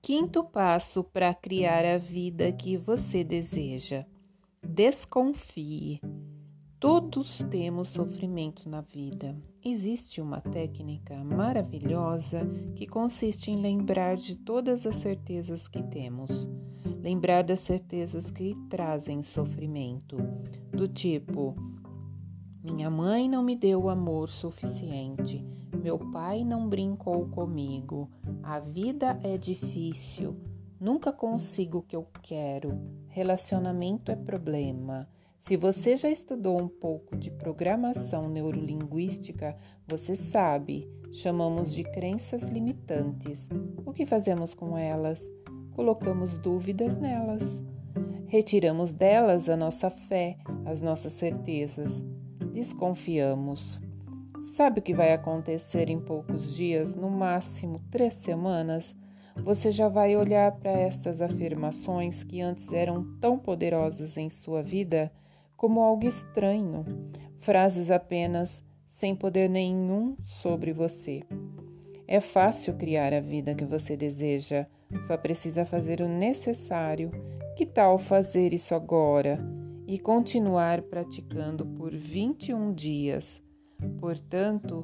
Quinto passo para criar a vida que você deseja. Desconfie. Todos temos sofrimentos na vida. Existe uma técnica maravilhosa que consiste em lembrar de todas as certezas que temos. Lembrar das certezas que trazem sofrimento, do tipo: minha mãe não me deu amor suficiente, meu pai não brincou comigo, a vida é difícil, nunca consigo o que eu quero, relacionamento é problema. Se você já estudou um pouco de programação neurolinguística, você sabe, chamamos de crenças limitantes. O que fazemos com elas? Colocamos dúvidas nelas. Retiramos delas a nossa fé, as nossas certezas. Desconfiamos. Sabe o que vai acontecer em poucos dias, no máximo 3 semanas? Você já vai olhar para estas afirmações que antes eram tão poderosas em sua vida como algo estranho, frases apenas sem poder nenhum sobre você. É fácil criar a vida que você deseja, só precisa fazer o necessário. Que tal fazer isso agora e continuar praticando por 21 dias? Portanto,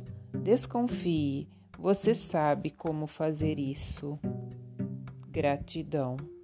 desconfie, você sabe como fazer isso. Gratidão.